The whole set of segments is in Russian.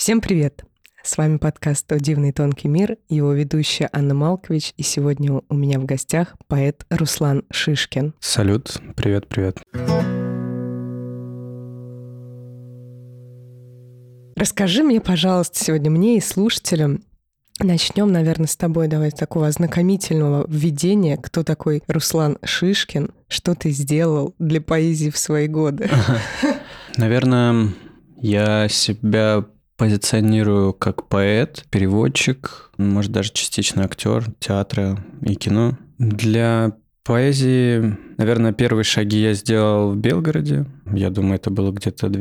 Всем привет! С вами подкаст «О дивный тонкий мир», его ведущая Анна Малкович, и сегодня у меня в гостях поэт Руслан Шишкин. Салют, привет. Расскажи мне, пожалуйста, сегодня мне и слушателям. Начнем, наверное, с тобой. Давай с такого ознакомительного введения. Кто такой Руслан Шишкин? Что ты сделал для поэзии в свои годы? Наверное, я себя позиционирую как поэт, переводчик, может, даже частично актер театра и кино. Для поэзии, наверное, первые шаги я сделал в Белгороде. Я думаю, это было где-то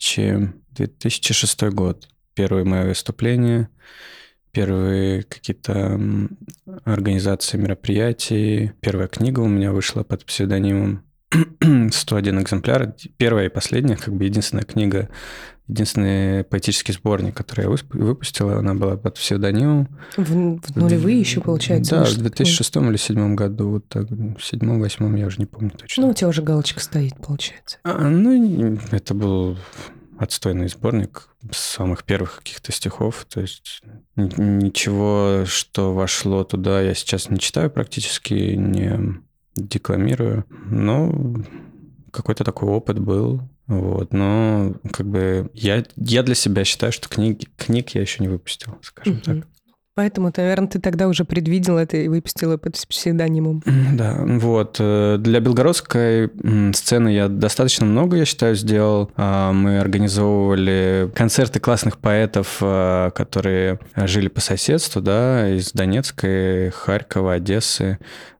2006 год. Первые мои выступления, первые какие-то организации мероприятий. Первая книга у меня вышла под псевдонимом 101 экземпляр. Первая и последняя, единственная книга, единственный поэтический сборник, который я выпустил, она была под псевдонимом. В нулевые еще, получается? Да, в 2006 или 2007 году. Вот так, в 2007-2008 я уже не помню точно. Ну, у тебя уже галочка стоит, получается. Это был отстойный сборник самых первых каких-то стихов. То есть ничего, что вошло туда, я сейчас не читаю практически, не декламирую. Но какой-то такой опыт был. Вот, но я для себя считаю, что книг я еще не выпустил, скажем так. Поэтому, наверное, ты тогда уже предвидел это и выпустил его под псевдонимом. Да, вот. Для белгородской сцены я достаточно много, я считаю, сделал. Мы организовывали концерты классных поэтов, которые жили по соседству, да, из Донецка, Харькова, Одессы.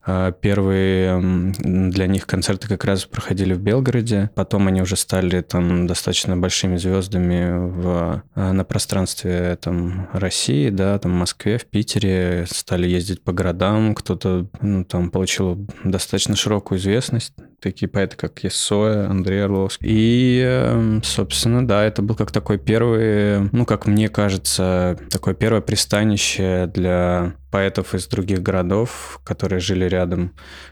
Первые для них концерты как раз проходили в Белгороде. Потом они уже стали там достаточно большими звездами на пространстве там России, да, там в Москве, в Питере. Стали ездить по городам. Кто-то там получил достаточно широкую известность. Такие поэты, как Ессоя, Андрей Орловский. И, собственно, да, это был как такой первый, как мне кажется, такое первое пристанище для поэтов из других городов, которые жили рядом.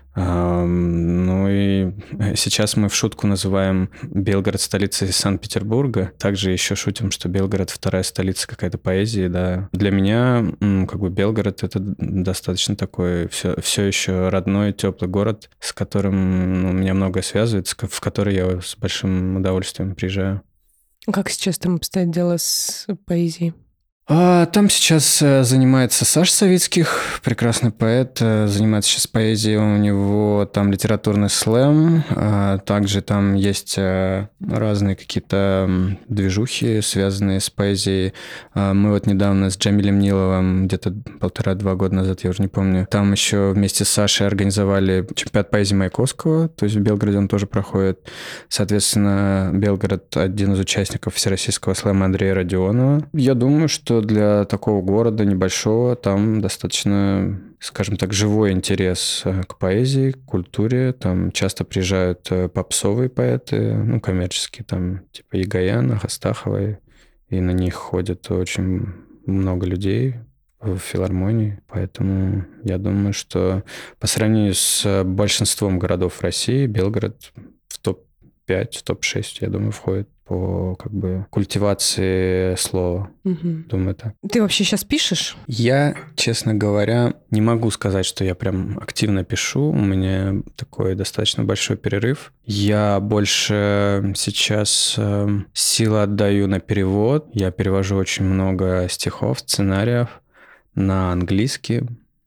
И сейчас мы в шутку называем Белгород столицей Санкт-Петербурга. Также еще шутим, что Белгород вторая столица какая-то поэзии, да. Для меня, Белгород — это достаточно такой все еще родной, теплый город, с которым меня многое связывается, в который я с большим удовольствием приезжаю. Как сейчас там обстоит дело с поэзией? Там сейчас занимается Саша Савицких, прекрасный поэт, занимается сейчас поэзией, у него там литературный слэм, также там есть разные какие-то движухи, связанные с поэзией. Мы вот недавно с Джамилем Ниловым, где-то 1,5-2 года назад, я уже не помню, там еще вместе с Сашей организовали чемпионат поэзии Маяковского, то есть в Белгороде он тоже проходит. Соответственно, Белгород — один из участников всероссийского слэма Андрея Родионова. Я думаю, что для такого города небольшого там достаточно, скажем так, живой интерес к поэзии, к культуре. Там часто приезжают попсовые поэты, коммерческие, там типа Егояна, Астаховой, и на них ходит очень много людей в филармонии. Поэтому я думаю, что по сравнению с большинством городов России, Белгород в топ-5, в топ-6, я думаю, входит по культивации слова. Думаю, так. Ты вообще сейчас пишешь? Я, честно говоря, не могу сказать, что я прям активно пишу. У меня такой достаточно большой перерыв. Я больше сейчас силы отдаю на перевод. Я перевожу очень много стихов, сценариев на английский.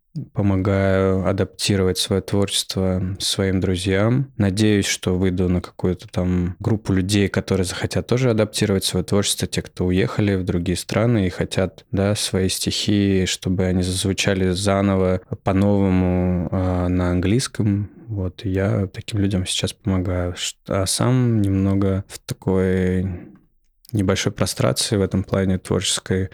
Помогаю адаптировать свое творчество своим друзьям. Надеюсь, что выйду на какую-то там группу людей, которые захотят тоже адаптировать свое творчество, те, кто уехали в другие страны и хотят, да, свои стихи, чтобы они зазвучали заново, по-новому на английском. Вот, и я таким людям сейчас помогаю. А сам немного в такой небольшой прострации в этом плане творческой.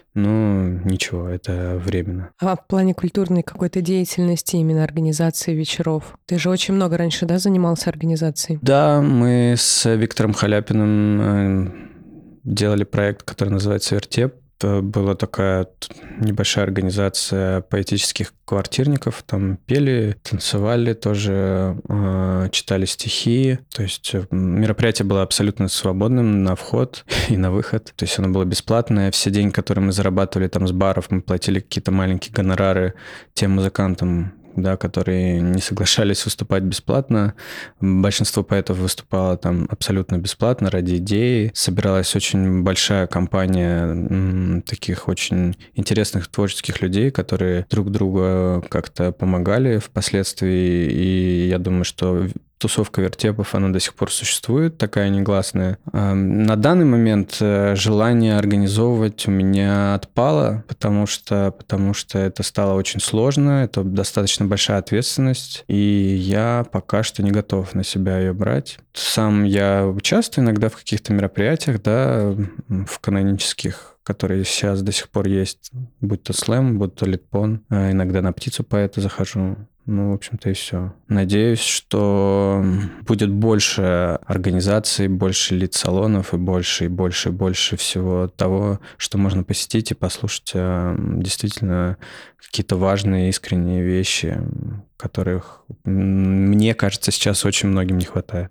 Ничего, это временно. А в плане культурной какой-то деятельности, именно организации вечеров? Ты же очень много раньше, да, занимался организацией? Да, мы с Виктором Халяпиным делали проект, который называется «Вертеп». Это была такая небольшая организация поэтических квартирников. Там пели, танцевали тоже, читали стихи. То есть мероприятие было абсолютно свободным на вход и на выход. То есть оно было бесплатное. Все деньги, которые мы зарабатывали там с баров, мы платили какие-то маленькие гонорары тем музыкантам, да, которые не соглашались выступать бесплатно. Большинство поэтов выступало там абсолютно бесплатно ради идеи. Собиралась очень большая компания таких очень интересных творческих людей, которые друг другу как-то помогали впоследствии. И я думаю, что тусовка вертепов, она до сих пор существует, такая негласная. На данный момент желание организовывать у меня отпало, потому что это стало очень сложно, это достаточно большая ответственность, и я пока что не готов на себя ее брать. Сам я участвую иногда в каких-то мероприятиях, да, в канонических, которые сейчас до сих пор есть, будь то слэм, будь то литпон, иногда на птицу поэта захожу. Ну, в общем-то, и все. Надеюсь, что будет больше организаций, больше лид-салонов и больше всего того, что можно посетить и послушать действительно какие-то важные, искренние вещи, которых, мне кажется, сейчас очень многим не хватает.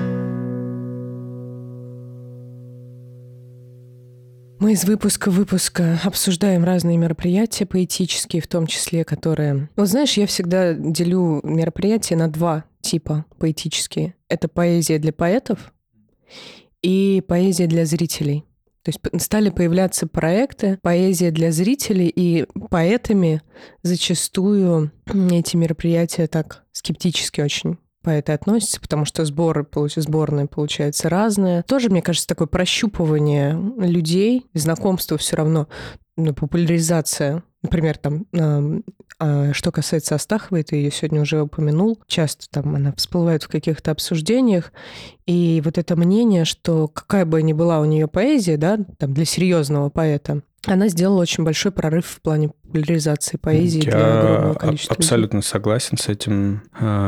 Мы из выпуска в выпуск обсуждаем разные мероприятия поэтические, в том числе, которые... Вот знаешь, я всегда делю мероприятия на два типа поэтические. Это поэзия для поэтов и поэзия для зрителей. То есть стали появляться проекты «Поэзия для зрителей», и поэтами зачастую эти мероприятия так скептически очень поэты относятся, потому что сборные, получается, разные. Тоже, мне кажется, такое прощупывание людей, знакомство все равно, популяризация. Например, там, что касается Астаховой, ты ее сегодня уже упомянул, часто там она всплывает в каких-то обсуждениях, и вот это мнение, что какая бы ни была у нее поэзия, да, там, для серьезного поэта, она сделала очень большой прорыв в плане популяризации поэзии для огромного количества людей. Абсолютно согласен с этим.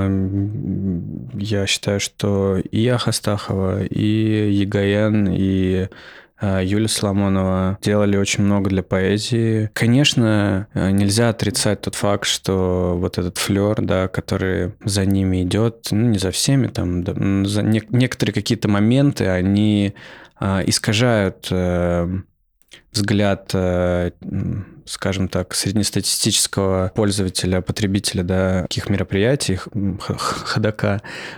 Я считаю, что и Аха Астахова, и Егоян, и Юлия Соломонова делали очень много для поэзии. Конечно, нельзя отрицать тот факт, что вот этот флёр, да, который за ними идет, ну, не за всеми, там, да, за некоторые какие-то моменты, они искажают взгляд, скажем так, среднестатистического пользователя, потребителя, да, таких мероприятий, ходока.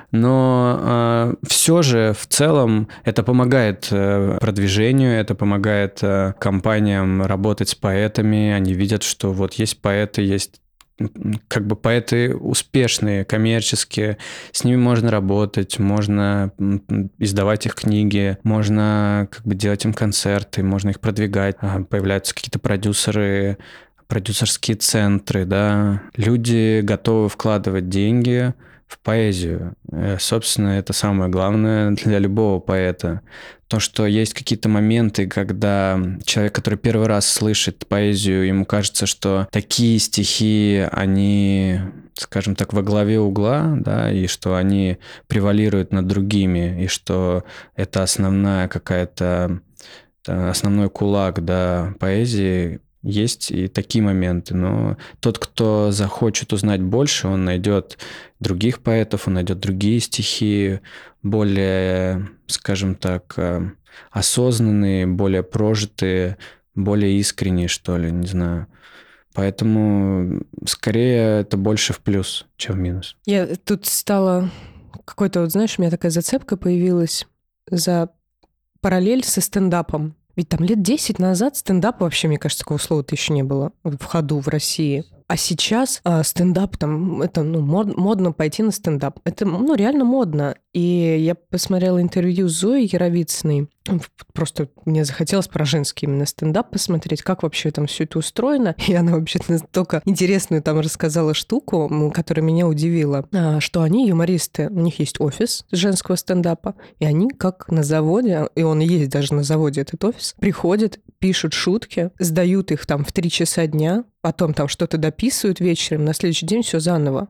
Но все же в целом это помогает продвижению, это помогает компаниям работать с поэтами. Они видят, что вот есть поэты, есть как бы поэты успешные, коммерческие, с ними можно работать, можно издавать их книги, можно как бы делать им концерты, можно их продвигать, появляются какие-то продюсеры, продюсерские центры, да. Люди готовы вкладывать деньги в поэзию. Собственно, это самое главное для любого поэта. То, что есть какие-то моменты, когда человек, который первый раз слышит поэзию, ему кажется, что такие стихи, они, скажем так, во главе угла, да, и что они превалируют над другими, и что это основная какая-то, основной кулак, да, поэзии. Есть и такие моменты, но тот, кто захочет узнать больше, он найдет других поэтов, он найдет другие стихи, более, скажем так, осознанные, более прожитые, более искренние, что ли, не знаю. Поэтому скорее это больше в плюс, чем в минус. Я тут стала какой-то, вот знаешь, у меня такая зацепка появилась за параллель со стендапом. Ведь там лет 10 назад стендап вообще, мне кажется, такого слова-то еще не было в ходу в России. А сейчас стендап, там, это, модно пойти на стендап. Это, реально модно. И я посмотрела интервью с Зоей Яровицыной. Просто мне захотелось про женский именно стендап посмотреть, как вообще там все это устроено. И она вообще настолько интересную там рассказала штуку, которая меня удивила, что они юмористы, у них есть офис женского стендапа, и они как на заводе, и он есть даже на заводе этот офис, приходят, пишут шутки, сдают их там в 3 часа дня, потом там что-то дописывают вечером, на следующий день все заново.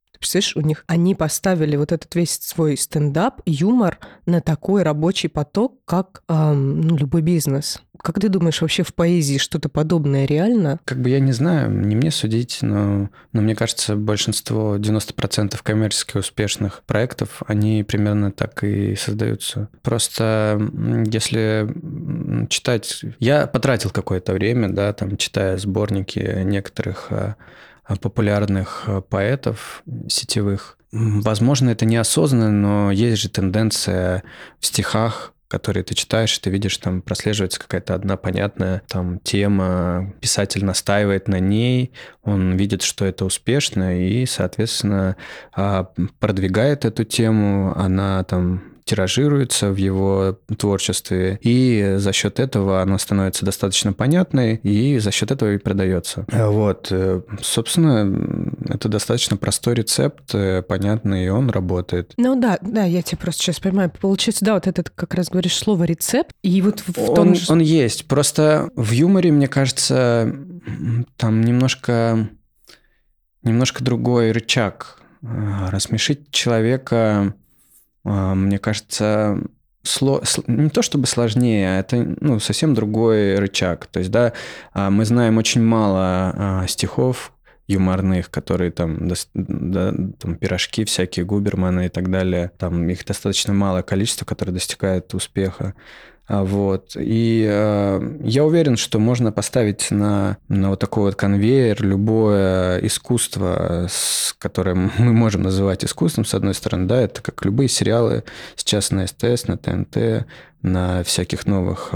Ты представляешь, у них они поставили вот этот весь свой стендап, юмор на такой рабочий поток, как любой бизнес. Как ты думаешь, вообще в поэзии что-то подобное реально? Как бы я не знаю, не мне судить, но мне кажется, большинство, 90% коммерчески успешных проектов, они примерно так и создаются. Просто если читать... Я потратил какое-то время, да, там, читая сборники некоторых популярных поэтов сетевых. Возможно, это неосознанно, но есть же тенденция в стихах, которые ты читаешь, ты видишь, там прослеживается какая-то одна понятная там тема, писатель настаивает на ней, он видит, что это успешно, и, соответственно, продвигает эту тему, она там тиражируется в его творчестве, и за счет этого она становится достаточно понятной, и за счет этого и продается. Вот, собственно, это достаточно простой рецепт, понятный, и он работает. Ну да, я тебя просто сейчас понимаю. Получается, да, вот этот, как раз говоришь, слово «рецепт», и вот в том же... Он есть, просто в юморе, мне кажется, там немножко другой рычаг. Рассмешить человека... Мне кажется, не то чтобы сложнее, а это совсем другой рычаг. То есть, да, мы знаем очень мало стихов юморных, которые там пирожки всякие, Губерманы и так далее. Там их достаточно малое количество, которые достигают успеха. Вот. И я уверен, что можно поставить на вот такой вот конвейер любое искусство, которое мы можем называть искусством, с одной стороны, да, это как любые сериалы сейчас на СТС, на ТНТ, на всяких новых...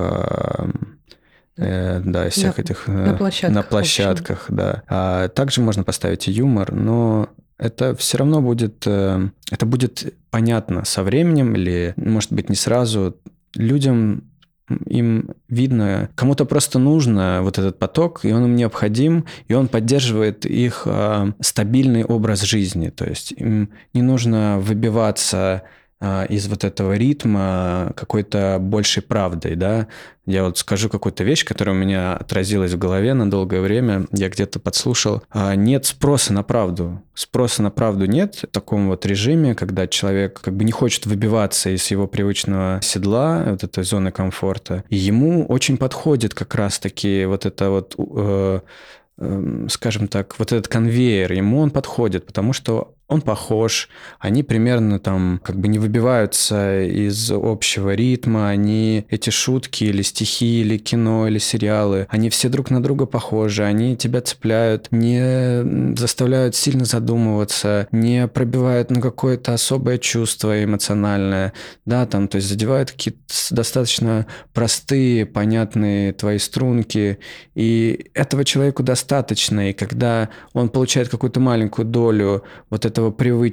Да, из всех этих... На площадках, да. Также можно поставить и юмор, но это все равно будет... Это будет понятно со временем или, может быть, не сразу. Людям, им видно, кому-то просто нужно вот этот поток, и он им необходим, и он поддерживает их стабильный образ жизни. То есть им не нужно выбиваться из вот этого ритма какой-то большей правдой, да. Я вот скажу какую-то вещь, которая у меня отразилась в голове на долгое время, я где-то подслушал. Нет спроса на правду. Спроса на правду нет в таком вот режиме, когда человек как бы не хочет выбиваться из его привычного седла, вот этой зоны комфорта, и ему очень подходит как раз-таки вот это вот... скажем так, вот этот конвейер, ему он подходит, потому что он похож, они примерно там как бы не выбиваются из общего ритма, они, эти шутки или стихи, или кино, или сериалы, они все друг на друга похожи, они тебя цепляют, не заставляют сильно задумываться, не пробивают на какое-то особое чувство эмоциональное, да, там, то есть задевают какие-то достаточно простые, понятные твои струнки, и этого человеку достаточно, и когда он получает какую-то маленькую долю вот этого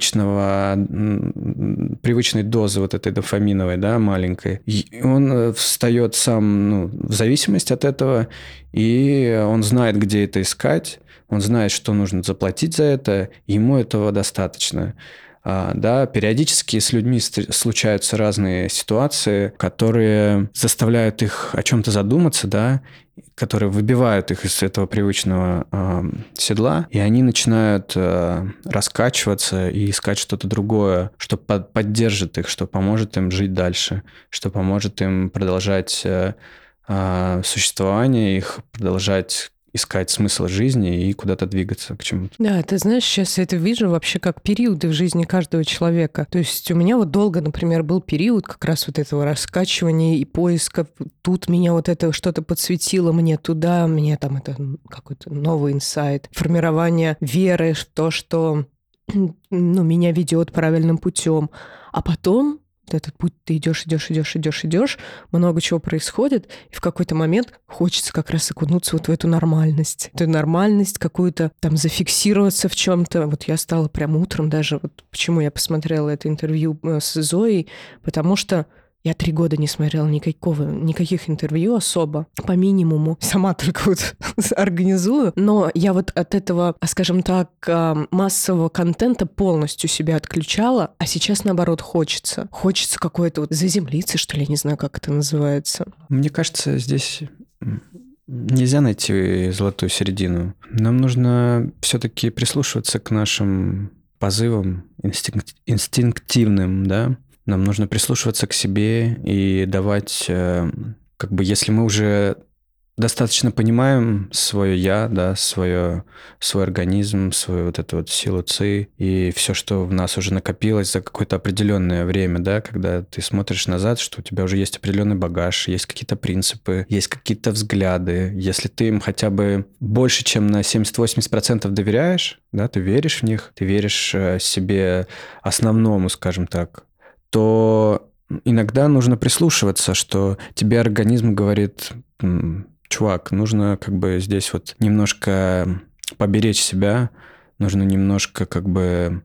привычной дозы вот этой дофаминовой, да, маленькой, и он встает сам, в зависимости от этого, и он знает, где это искать, он знает, что нужно заплатить за это, и ему этого достаточно. Да, периодически с людьми случаются разные ситуации, которые заставляют их о чем-то задуматься, да, которые выбивают их из этого привычного седла, и они начинают раскачиваться и искать что-то другое, что поддержит их, что поможет им жить дальше, что поможет им продолжать существование, их продолжать искать смысл жизни и куда-то двигаться к чему-то. Да, ты знаешь, сейчас я это вижу вообще как периоды в жизни каждого человека. То есть у меня вот долго, например, был период как раз вот этого раскачивания и поиска. Тут меня вот это что-то подсветило, мне туда, мне там это какой-то новый инсайт. Формирование веры в то, что меня ведет правильным путем. А потом этот путь ты идешь, много чего происходит, и в какой-то момент хочется как раз окунуться вот в эту нормальность. Эту нормальность какую-то, там, зафиксироваться в чем-то. Вот я стала прям утром даже, вот почему я посмотрела это интервью с Зоей, потому что я 3 года не смотрела никаких интервью особо, по минимуму. Сама только вот организую. Но я вот от этого, скажем так, массового контента полностью себя отключала, а сейчас, наоборот, хочется. Хочется какой-то вот заземлиться, что ли, я не знаю, как это называется. Мне кажется, здесь нельзя найти золотую середину. Нам нужно все-таки прислушиваться к нашим позывам инстинктивным, да, нам нужно прислушиваться к себе и давать, как бы, если мы уже достаточно понимаем свое «я», да, свой организм, свою вот эту вот силу ЦИ и все, что в нас уже накопилось за какое-то определенное время, да, когда ты смотришь назад, что у тебя уже есть определенный багаж, есть какие-то принципы, есть какие-то взгляды. Если ты им хотя бы больше, чем на 70-80% доверяешь, да, ты веришь в них, ты веришь себе основному, скажем так, то иногда нужно прислушиваться, что тебе организм говорит: чувак, нужно как бы здесь вот немножко поберечь себя, нужно немножко как бы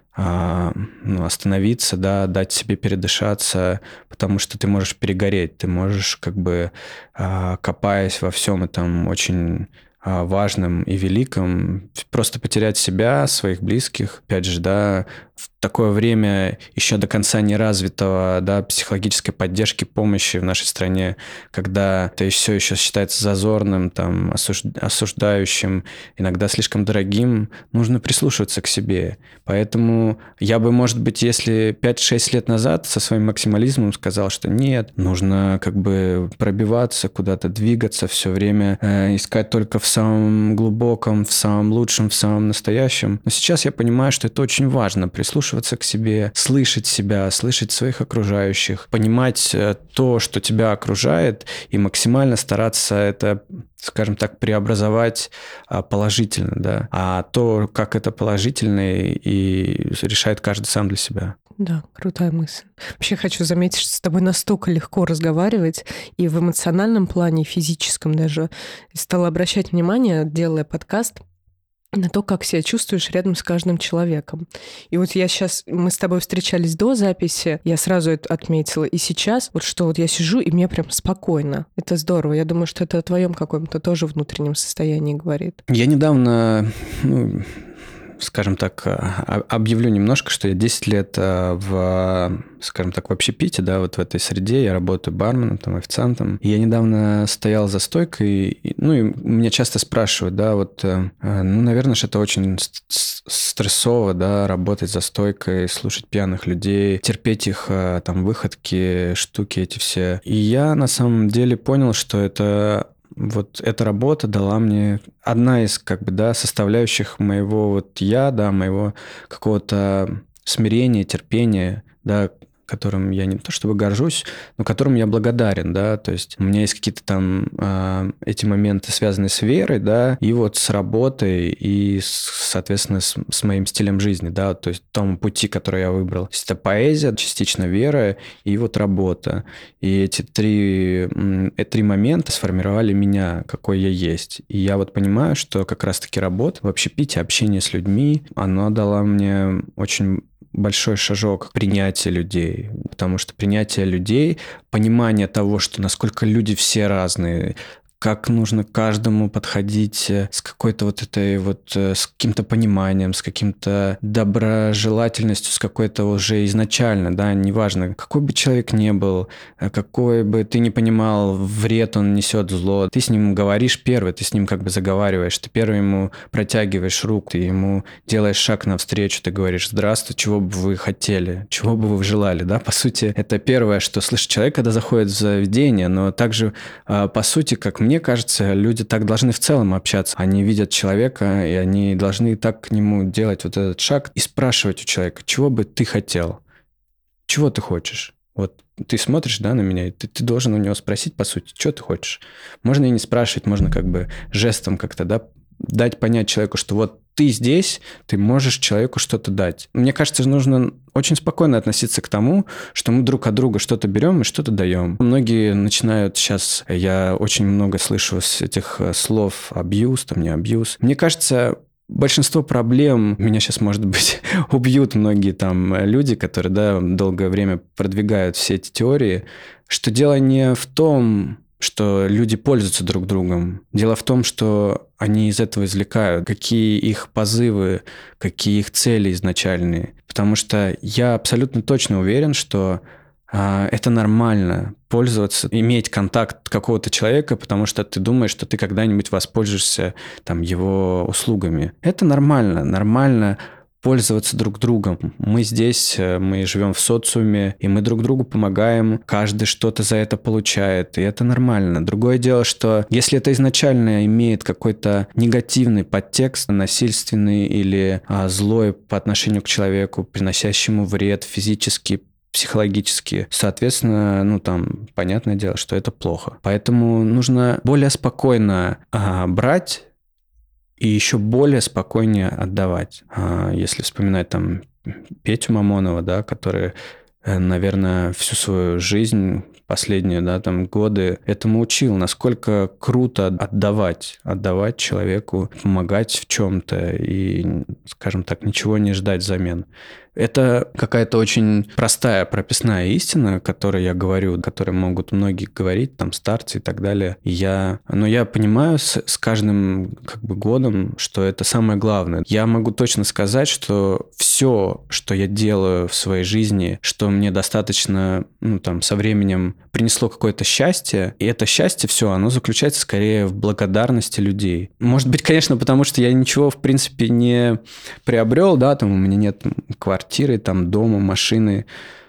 остановиться, да, дать себе передышаться, потому что ты можешь перегореть, ты можешь как бы, копаясь во всем этом очень важном и великом, просто потерять себя, своих близких. Опять же, да, в такое время еще до конца не развитого, да, психологической поддержки, помощи в нашей стране, когда это все еще считается зазорным, там, осуждающим, иногда слишком дорогим, нужно прислушиваться к себе. Поэтому я бы, может быть, если 5-6 лет назад со своим максимализмом сказал, что нет, нужно как бы пробиваться, куда-то двигаться, все время искать только в самом глубоком, в самом лучшем, в самом настоящем. Но сейчас я понимаю, что это очень важно, прислушиваться к себе, слышать себя, слышать своих окружающих, понимать то, что тебя окружает, и максимально стараться это, скажем так, преобразовать положительно, да. А то, как это положительно, и решает каждый сам для себя. Да, крутая мысль. Вообще хочу заметить, что с тобой настолько легко разговаривать и в эмоциональном плане, и в физическом даже. Стала обращать внимание, делая подкаст, на то, как себя чувствуешь рядом с каждым человеком. И вот мы с тобой встречались до записи, я сразу это отметила, и сейчас вот что вот я сижу, и мне прям спокойно. Это здорово. Я думаю, что это о твоем каком-то тоже внутреннем состоянии говорит. Я недавно, скажем так, объявлю немножко, что я 10 лет скажем так, в общепите, да, вот в этой среде, я работаю барменом, там, официантом. И я недавно стоял за стойкой, и меня часто спрашивают, да, вот, наверное, что это очень стрессово, да, работать за стойкой, слушать пьяных людей, терпеть их, там, выходки, штуки эти все. И я на самом деле понял, что вот эта работа дала мне одна из, как бы, да, составляющих моего вот «я», да, моего какого-то смирения, терпения, да, которым я не то чтобы горжусь, но которым я благодарен, да, то есть у меня есть какие-то там эти моменты, связанные с верой, да, и вот с работой, и, соответственно, с моим стилем жизни, да, то есть тому пути, который я выбрал. То есть это поэзия, частично вера и вот работа. И эти три момента сформировали меня, какой я есть. И я вот понимаю, что как раз-таки работа, в общепите, общение с людьми, оно дало мне очень большой шажок принятия людей, потому что принятие людей, понимание того, что насколько люди все разные, как нужно к каждому подходить с какой-то вот этой вот, с каким-то пониманием, с каким-то доброжелательностью, с какой-то уже изначально, да, неважно, какой бы человек ни был, какой бы ты ни понимал, вред он несет, зло, ты с ним говоришь первый, ты с ним как бы заговариваешь, ты первый ему протягиваешь руку, ты ему делаешь шаг навстречу, ты говоришь: здравствуй, чего бы вы хотели, чего бы вы желали, да, по сути, это первое, что слышит человек, когда заходит в заведение, но также, по сути, как мне кажется, люди так должны в целом общаться. Они видят человека, и они должны так к нему делать вот этот шаг и спрашивать у человека: чего бы ты хотел? Чего ты хочешь? Вот ты смотришь, да, на меня, и ты должен у него спросить, по сути, что ты хочешь. Можно и не спрашивать, можно как бы жестом как-то, да, дать понять человеку, что вот ты здесь, ты можешь человеку что-то дать. Мне кажется, нужно очень спокойно относиться к тому, что мы друг от друга что-то берем и что-то даем. Многие начинают сейчас, я очень много слышу с этих слов абьюз, там не абьюз. Мне кажется, большинство проблем, меня сейчас, может быть, убьют многие там люди, которые, да, долгое время продвигают все эти теории, что дело не в том, что люди пользуются друг другом. Дело в том, что они из этого извлекают, какие их позывы, какие их цели изначальные. Потому что я абсолютно точно уверен, что это нормально пользоваться, иметь контакт какого-то человека, потому что ты думаешь, что ты когда-нибудь воспользуешься там его услугами. Это нормально пользоваться друг другом. Мы здесь, мы живем в социуме, и мы друг другу помогаем, каждый что-то за это получает, и это нормально. Другое дело, что если это изначально имеет какой-то негативный подтекст, насильственный или злой по отношению к человеку, приносящему вред физически, психологически, соответственно, там, понятное дело, что это плохо. Поэтому нужно более спокойно брать и еще более спокойнее отдавать. Если вспоминать там Петю Мамонова, да, который, наверное, всю свою жизнь, последние, да, там, годы этому учил, насколько круто отдавать человеку, помогать в чем-то и, скажем так, ничего не ждать взамен. Это какая-то очень простая прописная истина, о которой я говорю, которой могут многие говорить, там, старцы и так далее. Но я понимаю с каждым годом, что это самое главное. Я могу точно сказать, что все, что я делаю в своей жизни, что мне достаточно, со временем принесло какое-то счастье, и это счастье все, оно заключается скорее в благодарности людей. Может быть, конечно, потому что я ничего, в принципе, не приобрел, да, там у меня нет квартиры, там, дома, машины,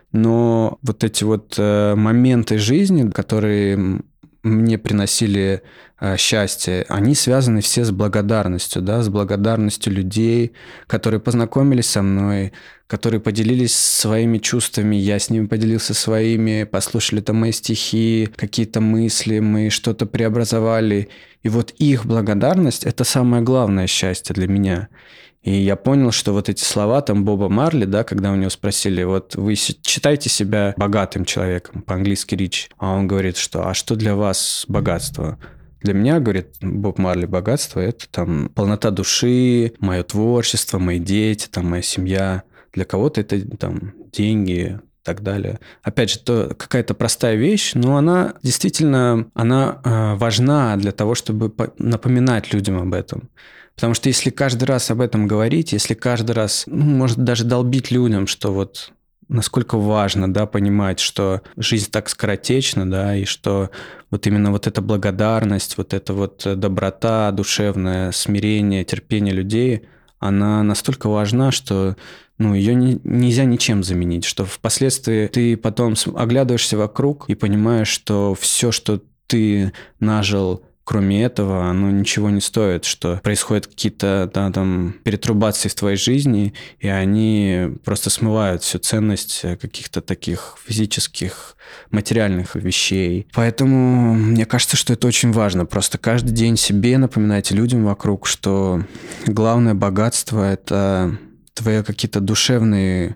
но вот эти вот моменты жизни, которые мне приносили счастье, они связаны все с благодарностью, да, с благодарностью людей, которые познакомились со мной, которые поделились своими чувствами, я с ними поделился своими, послушали там мои стихи, какие-то мысли, мы что-то преобразовали. И вот их благодарность – это самое главное счастье для меня. И я понял, что вот эти слова там Боба Марли, да, когда у него спросили, вот вы считаете себя богатым человеком, по-английски rich, а он говорит, что, а что для вас богатство? Для меня, говорит Боб Марли, богатство – это там полнота души, мое творчество, мои дети, там, моя семья. Для кого-то это там деньги и так далее. Опять же, то какая-то простая вещь, но она действительно важна для того, чтобы напоминать людям об этом. Потому что если каждый раз об этом говорить, если каждый раз, может даже долбить людям, что вот насколько важно, да, понимать, что жизнь так скоротечна, да, и что вот именно вот эта благодарность, вот эта вот доброта душевная, смирение, терпение людей, она настолько важна, что ее нельзя ничем заменить, что впоследствии ты потом оглядываешься вокруг и понимаешь, что все, что ты нажил, кроме этого, оно ничего не стоит, что происходят какие-то там перетрубации в твоей жизни, и они просто смывают всю ценность каких-то таких физических, материальных вещей. Поэтому мне кажется, что это очень важно. Просто каждый день себе напоминать людям вокруг, что главное богатство – это твои какие-то душевные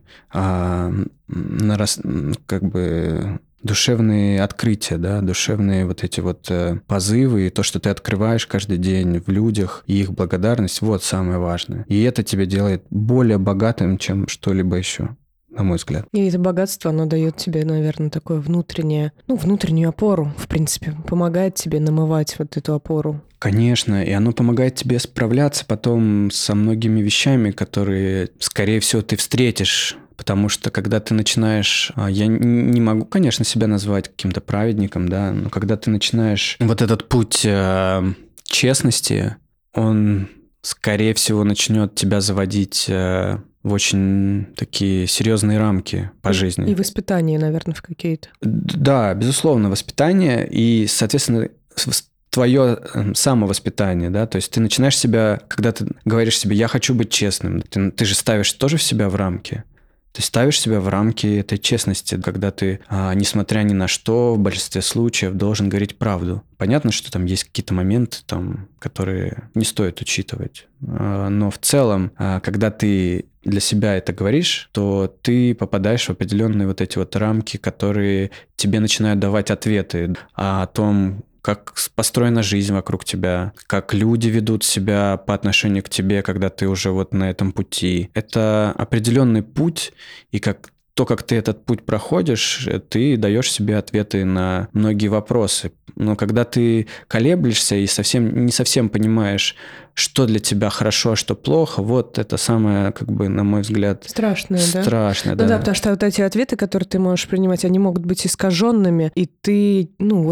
душевные открытия, да, душевные вот эти вот позывы, и то, что ты открываешь каждый день в людях, и их благодарность, вот самое важное. И это тебя делает более богатым, чем что-либо еще, на мой взгляд. И это богатство, оно дает тебе, наверное, такое внутреннюю опору, в принципе, помогает тебе намывать вот эту опору. Конечно, и оно помогает тебе справляться потом со многими вещами, которые, скорее всего, ты встретишь. Потому что когда ты начинаешь... Я не могу, конечно, себя назвать каким-то праведником, да, но когда ты начинаешь вот этот путь честности, он, скорее всего, начнет тебя заводить в очень такие серьезные рамки по жизни. И воспитание, наверное, в какие-то. Да, безусловно, воспитание и, соответственно, твое самовоспитание, да, то есть ты начинаешь себя, когда ты говоришь себе «я хочу быть честным», ты же ставишь тоже себя в рамки. Ты ставишь себя в рамки этой честности, когда ты, несмотря ни на что, в большинстве случаев должен говорить правду. Понятно, что там есть какие-то моменты, там, которые не стоит учитывать. Но в целом, когда ты для себя это говоришь, то ты попадаешь в определенные вот эти вот рамки, которые тебе начинают давать ответы о том, как построена жизнь вокруг тебя, как люди ведут себя по отношению к тебе, когда ты уже вот на этом пути. Это определенный путь, и как ты этот путь проходишь, ты даешь себе ответы на многие вопросы. Но когда ты колеблешься и не совсем понимаешь, что для тебя хорошо, а что плохо, вот это самое, на мой взгляд... Страшное, да? Страшное, да. Ну да, потому что вот эти ответы, которые ты можешь принимать, они могут быть искаженными, и ты,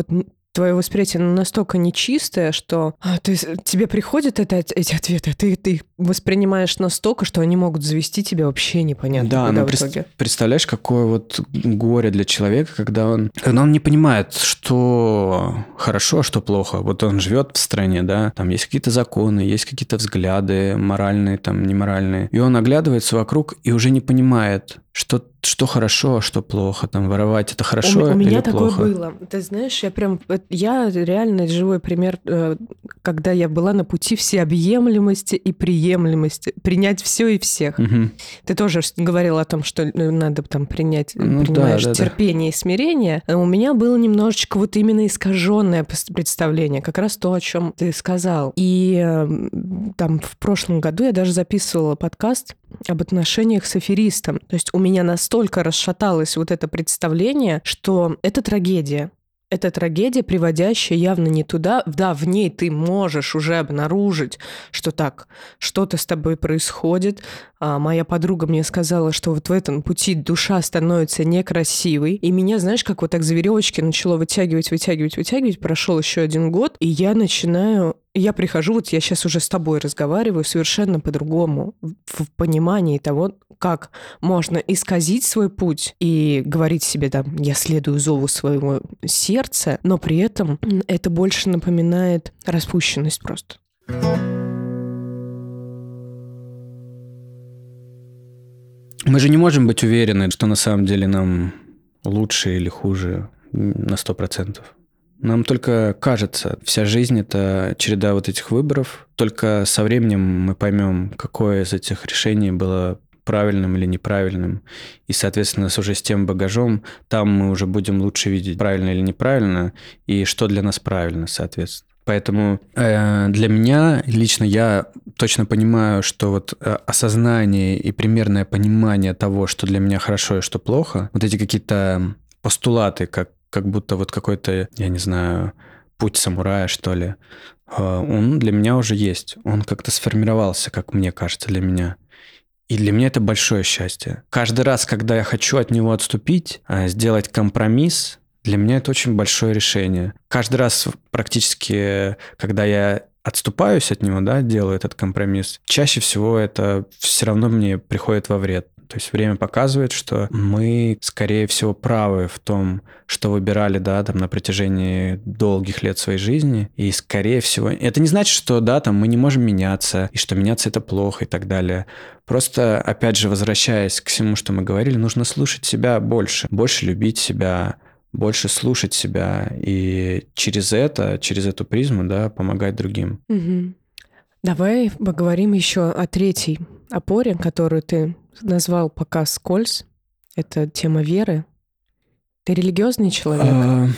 твое восприятие настолько нечистое, что тебе приходят эти ответы, а ты их воспринимаешь настолько, что они могут завести тебя вообще непонятно куда в итоге. Представляешь, какое вот горе для человека, когда он не понимает, что хорошо, а что плохо. Вот он живет в стране, да, там есть какие-то законы, есть какие-то взгляды моральные, там, неморальные. И он оглядывается вокруг и уже не понимает, что хорошо, а что плохо. Там, воровать это хорошо или плохо. У меня такое было. Ты знаешь, я реально живой пример, когда я была на пути всеобъемлемости и приемлемости. Принять все и всех. Угу. Ты тоже говорил о том, что надо там принимаешь терпение и смирение. А у меня было немножечко вот именно искаженное представление. Как раз то, о чем ты сказал. И там в прошлом году я даже записывала подкаст об отношениях с аферистом. То есть у меня настолько расшаталось вот это представление, что это трагедия. Это трагедия, приводящая явно не туда. Да, в ней ты можешь уже обнаружить, что так, что-то с тобой происходит. Моя подруга мне сказала, что вот в этом пути душа становится некрасивой. И меня, знаешь, как вот так за веревочки начало вытягивать. Прошел еще 1 год, и я прихожу, вот я сейчас уже с тобой разговариваю совершенно по-другому, в понимании того, как можно исказить свой путь и говорить себе, там, я следую зову своего сердца, но при этом это больше напоминает распущенность просто. Мы же не можем быть уверены, что на самом деле нам лучше или хуже на 100%. Нам только кажется, вся жизнь – это череда вот этих выборов. Только со временем мы поймем, какое из этих решений было правильным или неправильным. И, соответственно, уже с тем багажом там мы уже будем лучше видеть, правильно или неправильно, и что для нас правильно, соответственно. Поэтому для меня, лично я точно понимаю, что вот осознание и примерное понимание того, что для меня хорошо и что плохо, вот эти какие-то постулаты, как будто вот какой-то, я не знаю, путь самурая, что ли, он для меня уже есть. Он как-то сформировался, как мне кажется, для меня. И для меня это большое счастье. Каждый раз, когда я хочу от него отступить, сделать компромисс, для меня это очень большое решение. Каждый раз практически, когда я отступаюсь от него, да, делаю этот компромисс, чаще всего это все равно мне приходит во вред. То есть время показывает, что мы, скорее всего, правы в том, что выбирали, да, там, на протяжении долгих лет своей жизни. И, скорее всего, это не значит, что, да, там, мы не можем меняться, и что меняться это плохо и так далее. Просто, опять же, возвращаясь к всему, что мы говорили, нужно слушать себя больше любить себя, больше слушать себя и через эту призму, да, помогать другим. Угу. Давай поговорим еще о третьей опоре, которую ты назвал пока скользь. Это тема веры. Ты религиозный человек?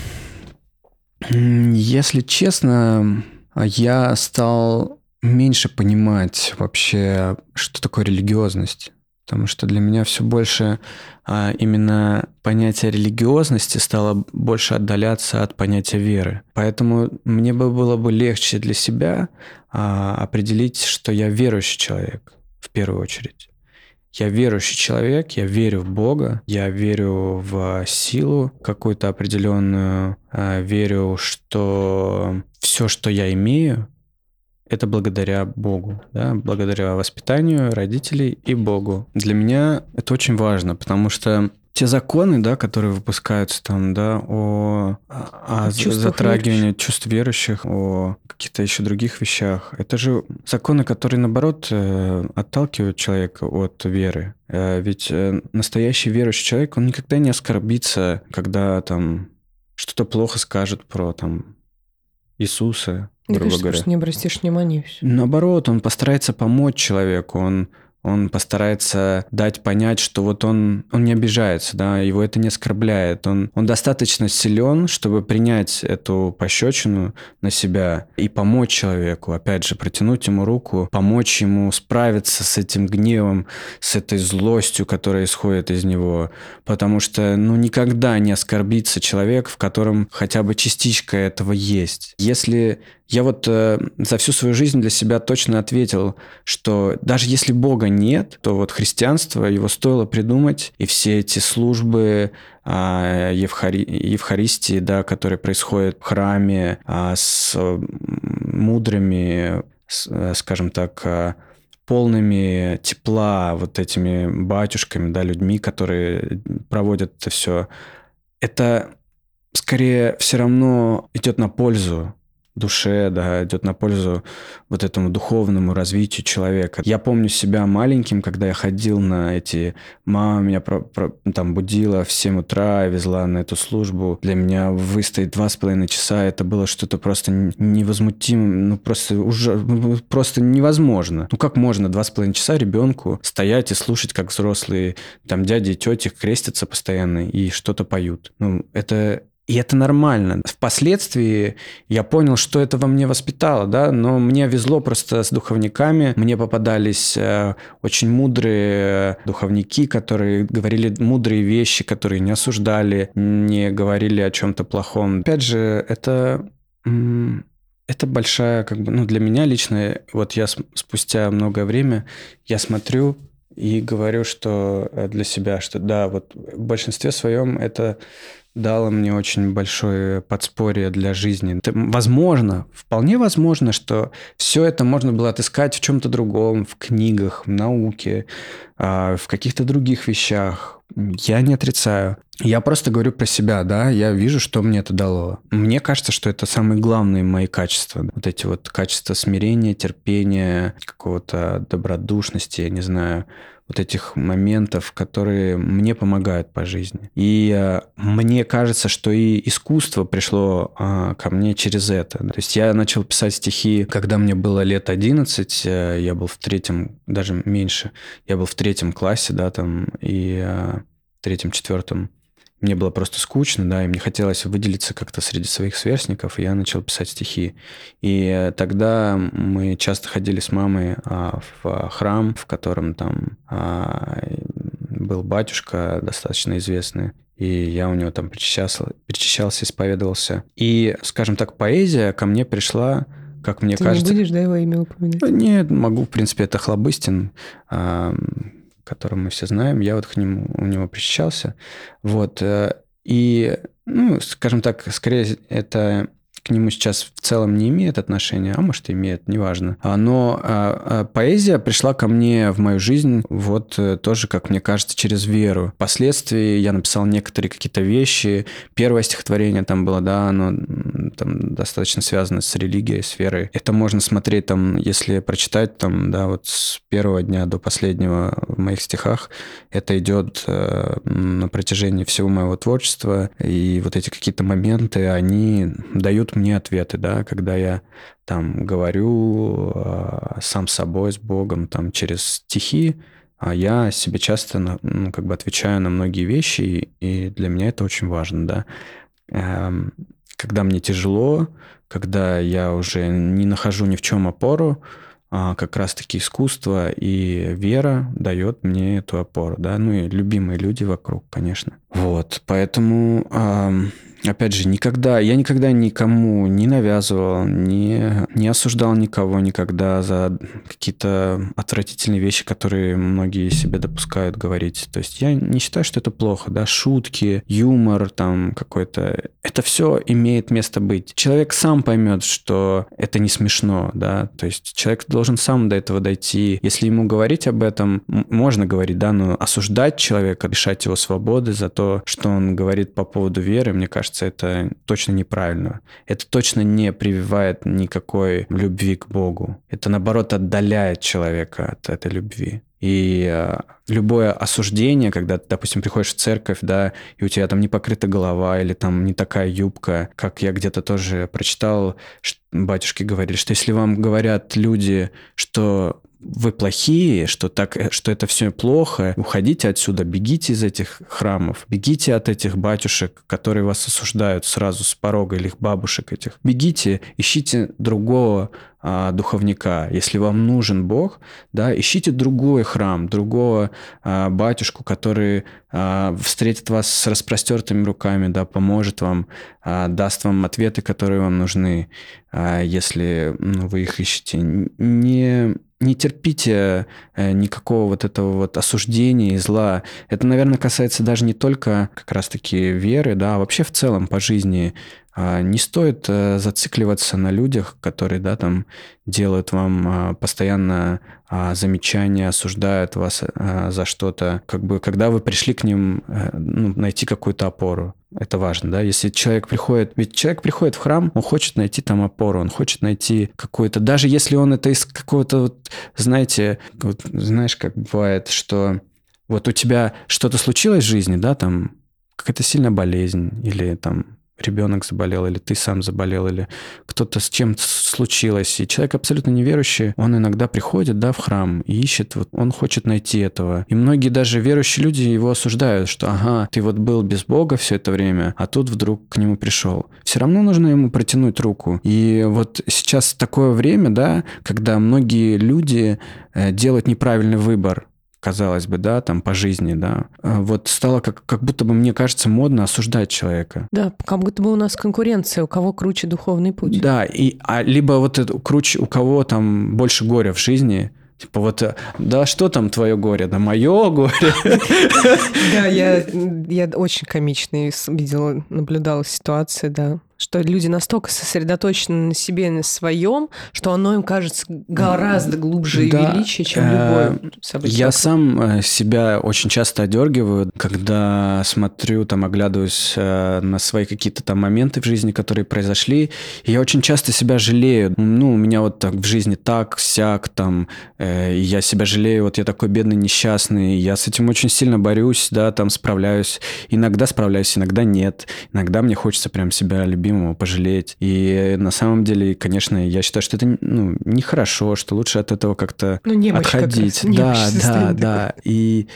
Если честно, я стал меньше понимать вообще, что такое религиозность. Потому что для меня все больше именно понятие религиозности стало больше отдаляться от понятия веры. Поэтому мне было бы легче для себя определить, что я верующий человек в первую очередь. Я верующий человек, я верю в Бога, я верю в силу какую-то определенную, верю, что все, что я имею, это благодаря Богу, да, благодаря воспитанию родителей и Богу. Для меня это очень важно, потому что те законы, да, которые выпускаются там, да, о затрагивании чувств верующих, о каких-то еще других вещах, это же законы, которые, наоборот, отталкивают человека от веры. Ведь настоящий верующий человек, он никогда не оскорбится, когда там что-то плохо скажут про там Иисуса, грубо говоря. Ты не обратишь внимания. Наоборот, он постарается помочь человеку, он постарается дать понять, что вот он не обижается, да, его это не оскорбляет. Он достаточно силен, чтобы принять эту пощечину на себя и помочь человеку, опять же, протянуть ему руку, помочь ему справиться с этим гневом, с этой злостью, которая исходит из него. Потому что, никогда не оскорбится человек, в котором хотя бы частичка этого есть. Если я вот за всю свою жизнь для себя точно ответил, что даже если Бога нет, то вот христианство, его стоило придумать, и все эти службы Евхаристии, да, которые происходят в храме с мудрыми, скажем так, полными тепла вот этими батюшками, да, людьми, которые проводят это все, это скорее все равно идет на пользу душе, да, идет на пользу вот этому духовному развитию человека. Я помню себя маленьким, когда я ходил на эти... Мама меня там будила в 7 утра, везла на эту службу. Для меня выстоять 2,5 часа, это было что-то просто невозмутимо, просто невозможно. Как можно 2,5 часа ребенку стоять и слушать, как взрослые там дяди и тети крестятся постоянно и что-то поют? И это нормально. Впоследствии я понял, что это во мне воспитало, да, но мне везло просто с духовниками. Мне попадались очень мудрые духовники, которые говорили мудрые вещи, которые не осуждали, не говорили о чем-то плохом. Опять же, это большая, для меня лично, вот я спустя многое время, я смотрю и говорю, что для себя, что да, вот в большинстве своем это дало мне очень большое подспорье для жизни. Это возможно, вполне возможно, что все это можно было отыскать в чем-то другом, в книгах, в науке, в каких-то других вещах. Я не отрицаю. Я просто говорю про себя, да, я вижу, что мне это дало. Мне кажется, что это самые главные мои качества. Вот эти вот качества смирения, терпения, какого-то добродушности, я не знаю, вот этих моментов, которые мне помогают по жизни. И мне кажется, что и искусство пришло ко мне через это. То есть я начал писать стихи, когда мне было лет 11, я был в 3-м, даже меньше, я был в 3-м классе, да, там, и в 3-м, 4-м. Мне было просто скучно, да, и мне хотелось выделиться как-то среди своих сверстников, и я начал писать стихи. И тогда мы часто ходили с мамой в храм, в котором там был батюшка достаточно известный, и я у него там причащался, исповедовался. И, скажем так, поэзия ко мне пришла, как мне кажется... Ты не будешь, да, его имя упоминать? Нет, могу, в принципе, это Хлобыстин, которого мы все знаем, я вот у него причащался. Вот. И, скажем так, скорее это к нему сейчас в целом не имеет отношения, а может, имеет, неважно. Но поэзия пришла ко мне в мою жизнь вот тоже, как мне кажется, через веру. Впоследствии я написал некоторые какие-то вещи. Первое стихотворение там было, да, оно там достаточно связано с религией, с верой. Это можно смотреть там, если прочитать там, да, вот с первого дня до последнего в моих стихах. Это идет на протяжении всего моего творчества. И вот эти какие-то моменты, они дают мне ответы, да, когда я там говорю сам с собой, с Богом, там через стихи, а я себе часто отвечаю на многие вещи, и для меня это очень важно, да. Когда мне тяжело, когда я уже не нахожу ни в чем опору, как раз-таки искусство и вера дает мне эту опору, да, и любимые люди вокруг, конечно. Вот, поэтому... Опять же, я никогда никому не навязывал, не осуждал никого никогда за какие-то отвратительные вещи, которые многие себе допускают говорить. То есть я не считаю, что это плохо, да, шутки, юмор там какой-то, это все имеет место быть. Человек сам поймет, что это не смешно, да, то есть человек должен сам до этого дойти. Если ему говорить об этом, можно говорить, да, но осуждать человека, лишать его свободы за то, что он говорит по поводу веры, мне кажется, это точно неправильно. Это точно не прививает никакой любви к Богу. Это, наоборот, отдаляет человека от этой любви. И любое осуждение, когда ты, допустим, приходишь в церковь, да, и у тебя там не покрыта голова или там не такая юбка, как я где-то тоже прочитал, батюшки говорили, что если вам говорят люди, что вы плохие, что это все плохо, уходите отсюда, бегите из этих храмов, бегите от этих батюшек, которые вас осуждают сразу с порога, или их бабушек этих. Бегите, ищите другого духовника. Если вам нужен Бог, да, ищите другой храм, другого батюшку, который встретит вас с распростертыми руками, да, поможет вам, даст вам ответы, которые вам нужны, если вы их ищете. не терпите никакого вот этого вот осуждения и зла. Это, наверное, касается даже не только как раз-таки веры, да, а вообще в целом по жизни. Не стоит зацикливаться на людях, которые, да, там делают вам постоянно замечания, осуждают вас за что-то. Как бы, когда вы пришли к ним, найти какую-то опору. Это важно, да. Если человек приходит... Ведь человек приходит в храм, он хочет найти там опору, он хочет найти какую-то... Даже если он это из какого-то, вот, знаете, вот, знаешь, как бывает, что вот у тебя что-то случилось в жизни, да, там какая-то сильная болезнь или там ребенок заболел, или ты сам заболел, или кто-то с чем-то случилось. И человек абсолютно неверующий, он иногда приходит, да, в храм и ищет, вот он хочет найти этого. И многие даже верующие люди его осуждают, что ага, ты вот был без Бога все это время, а тут вдруг к нему пришел. Все равно нужно ему протянуть руку. И вот сейчас такое время, да, когда многие люди делают неправильный выбор, казалось бы, да, там по жизни, да, вот стало как будто бы, мне кажется, модно осуждать человека. Да, как будто бы у нас конкуренция, у кого круче духовный путь. Да, либо вот это круче, у кого там больше горя в жизни. Типа вот, да что там твое горе? Да мое горе. Да, я очень комичный видела, наблюдала ситуации, да, что люди настолько сосредоточены на себе, на своем, что оно им кажется гораздо глубже и величие, чем любое событие. Я сам себя очень часто одергиваю, когда смотрю, там, оглядываюсь на свои какие-то там моменты в жизни, которые произошли, и я очень часто себя жалею. Ну, у меня вот так в жизни так, сяк, там, я себя жалею, вот я такой бедный, несчастный, я с этим очень сильно борюсь, да, там, справляюсь. Иногда справляюсь, иногда нет. Иногда мне хочется прям себя любимого пожалеть. И на самом деле, конечно, я считаю, что это нехорошо, что лучше от этого как-то отходить. Да. И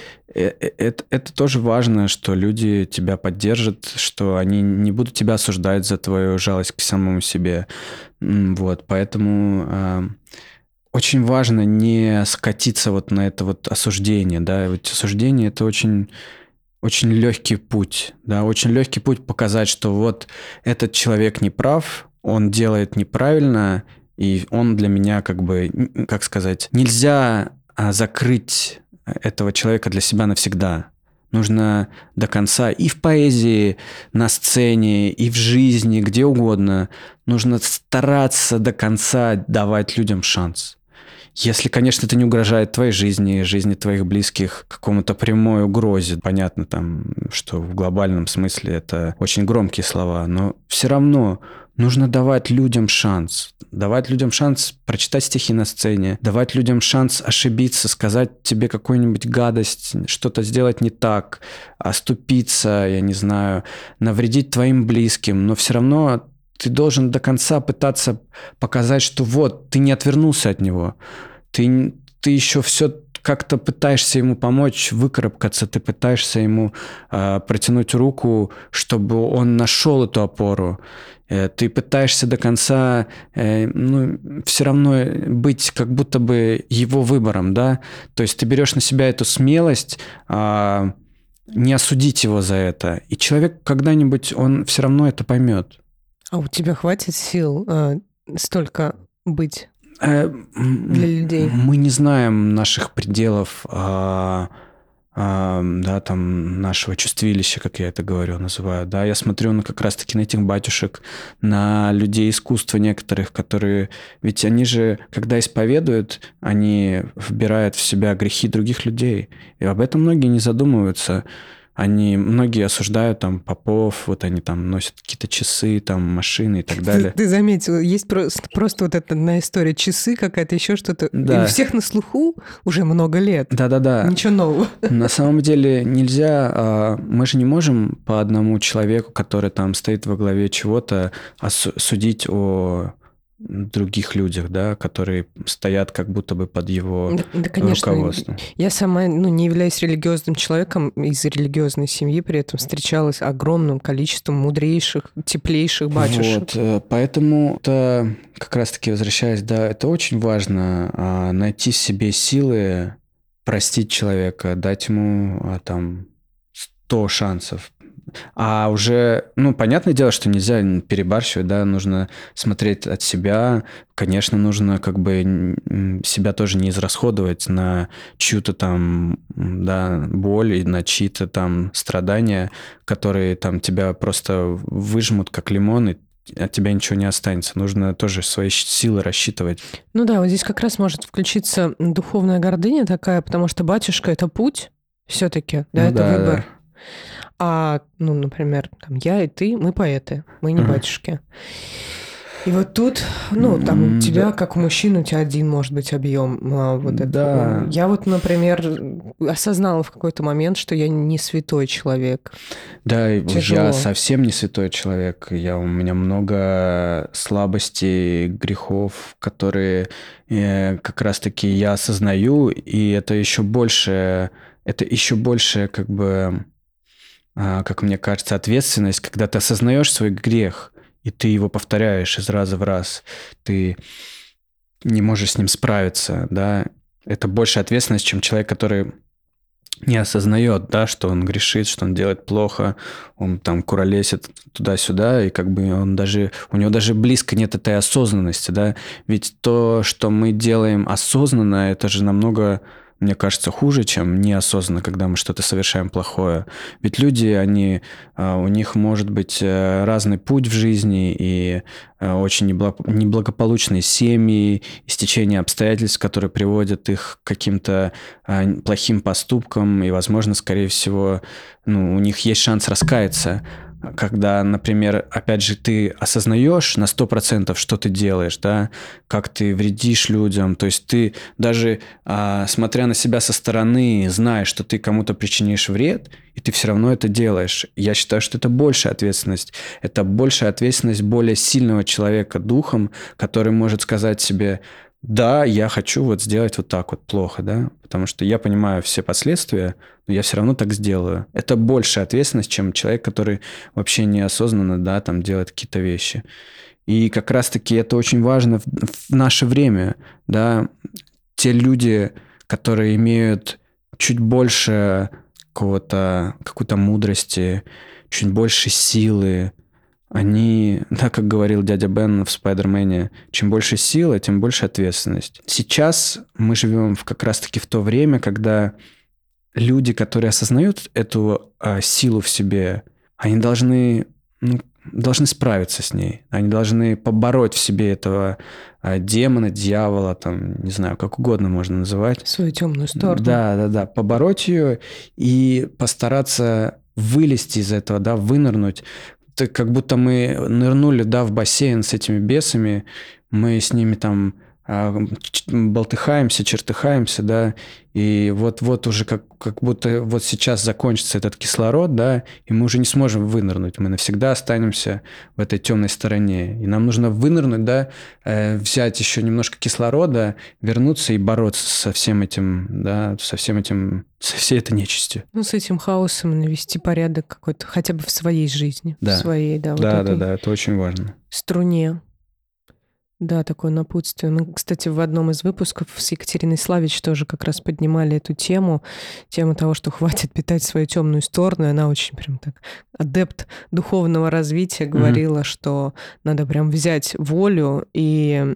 это тоже важно, что люди тебя поддержат, что они не будут тебя осуждать за твою жалость к самому себе. Вот, поэтому очень важно не скатиться вот на это вот осуждение, да, ведь осуждение – это очень легкий путь, да, очень легкий путь показать, что вот этот человек не прав, он делает неправильно, и он для меня как бы, как сказать, нельзя закрыть этого человека для себя навсегда. Нужно до конца и в поэзии, на сцене, и в жизни, где угодно. Нужно стараться до конца давать людям шанс. Если, конечно, это не угрожает твоей жизни, жизни твоих близких, какому-то прямой угрозе. Понятно там, что в глобальном смысле это очень громкие слова, но все равно нужно давать людям шанс. Давать людям шанс прочитать стихи на сцене, давать людям шанс ошибиться, сказать тебе какую-нибудь гадость, что-то сделать не так, оступиться, я не знаю, навредить твоим близким, но все равно ты должен до конца пытаться показать, что вот, ты не отвернулся от него, ты еще все как-то пытаешься ему помочь выкарабкаться, ты пытаешься ему протянуть руку, чтобы он нашел эту опору. Ты пытаешься до конца, все равно быть как будто бы его выбором, да? То есть ты берешь на себя эту смелость, не осудить его за это. И человек когда-нибудь, он все равно это поймет. А у тебя хватит сил столько быть для людей? Мы не знаем наших пределов, да, там, нашего чувствилища, как я это говорю, называю. Да, я смотрю как раз-таки на этих батюшек, на людей искусства некоторых, которые... Ведь они же, когда исповедуют, они вбирают в себя грехи других людей. И об этом многие не задумываются. Многие осуждают там попов, вот они там носят какие-то часы, там машины и так далее. Ты заметил, есть просто вот эта одна история, часы какая-то, еще что-то. Да. И у всех на слуху уже много лет. Да. Ничего нового. На самом деле нельзя, мы же не можем по одному человеку, который там стоит во главе чего-то, судить о других людях, да, которые стоят как будто бы под его руководством. Я сама не являюсь религиозным человеком, из религиозной семьи при этом встречалась огромным количеством мудрейших, теплейших батюшек. Вот, поэтому это как раз-таки возвращаясь, да, это очень важно найти в себе силы простить человека, дать ему там 100 шансов. А уже, ну, понятное дело, что нельзя перебарщивать, да, нужно смотреть от себя. Конечно, нужно как бы себя тоже не израсходовать на чью-то там, да, боль и на чьи-то там страдания, которые там тебя просто выжмут как лимон, и от тебя ничего не останется. Нужно тоже свои силы рассчитывать. Ну да, вот здесь как раз может включиться духовная гордыня такая, потому что батюшка — это путь все-таки, да, Ну это да, выбор. да. А, ну, например, там, я и ты, мы поэты, мы не Ага. батюшки. И вот тут, ну, там у тебя, Да. как у мужчин, у тебя один, может быть, объем вот этого. Да. Я вот, например, осознала в какой-то момент, что я не святой человек. Да, Тяжело. я совсем не святой человек. У меня много слабостей, грехов, которые как раз-таки я осознаю, и это еще больше как бы, как мне кажется, ответственность, когда ты осознаешь свой грех, и ты его повторяешь из раза в раз. Ты не можешь с ним справиться, да. Это больше ответственность, чем человек, который не осознает, да, что он грешит, что он делает плохо, он там куролесит туда-сюда, и как бы у него даже близко нет этой осознанности, да, ведь то, что мы делаем осознанно, это же намного, мне кажется, хуже, чем неосознанно, когда мы что-то совершаем плохое. Ведь люди, у них может быть разный путь в жизни, и очень неблагополучные семьи, стечение обстоятельств, которые приводят их к каким-то плохим поступкам, и, возможно, скорее всего, ну, у них есть шанс раскаяться, когда, например, опять же, ты осознаешь на 100%, что ты делаешь, да, как ты вредишь людям, то есть ты даже, смотря на себя со стороны, знаешь, что ты кому-то причинишь вред, и ты все равно это делаешь. Я считаю, что это большая ответственность. Это большая ответственность более сильного человека духом, который может сказать себе: да, я хочу вот сделать вот так вот плохо, да, потому что я понимаю все последствия, но я все равно так сделаю. Это большая ответственность, чем человек, который вообще неосознанно, да, там делает какие-то вещи. И как раз-таки это очень важно в наше время, да. Те люди, которые имеют чуть больше какой-то мудрости, чуть больше силы, они, да, как говорил дядя Бен в «Спайдермене», чем больше сила, тем больше ответственность. Сейчас мы живем как раз-таки в то время, когда люди, которые осознают эту силу в себе, они должны справиться с ней. Они должны побороть в себе этого демона, дьявола, там, не знаю, как угодно можно называть. Свою темную сторону. Да, побороть ее и постараться вылезти из этого, да, вынырнуть. Как будто мы нырнули, да, в бассейн с этими бесами, мы с ними там болтыхаемся, чертыхаемся, да, и вот уже как будто вот сейчас закончится этот кислород, да, и мы уже не сможем вынырнуть, мы навсегда останемся в этой темной стороне, и нам нужно вынырнуть, да, взять еще немножко кислорода, вернуться и бороться со всем этим, да, со всей этой нечистью. Ну, с этим хаосом навести порядок какой-то, хотя бы в своей жизни, да. в своей, да, вот да, этой да, это очень важно. струне. Да, такое напутствие. Мы, кстати, в одном из выпусков с Екатериной Славич тоже как раз поднимали эту тему того, что хватит питать свою темную сторону. И она очень прям так, адепт духовного развития, говорила, что надо прям взять волю и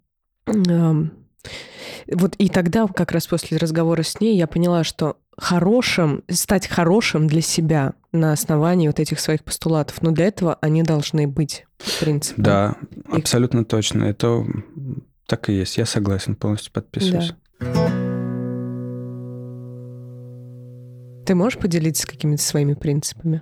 вот и тогда, как раз после разговора с ней, я поняла, что стать хорошим для себя на основании вот этих своих постулатов. Но для этого они должны быть, в принципе. Да, абсолютно точно. Это так и есть. Я согласен, полностью подписываюсь. Да. Ты можешь поделиться какими-то своими принципами?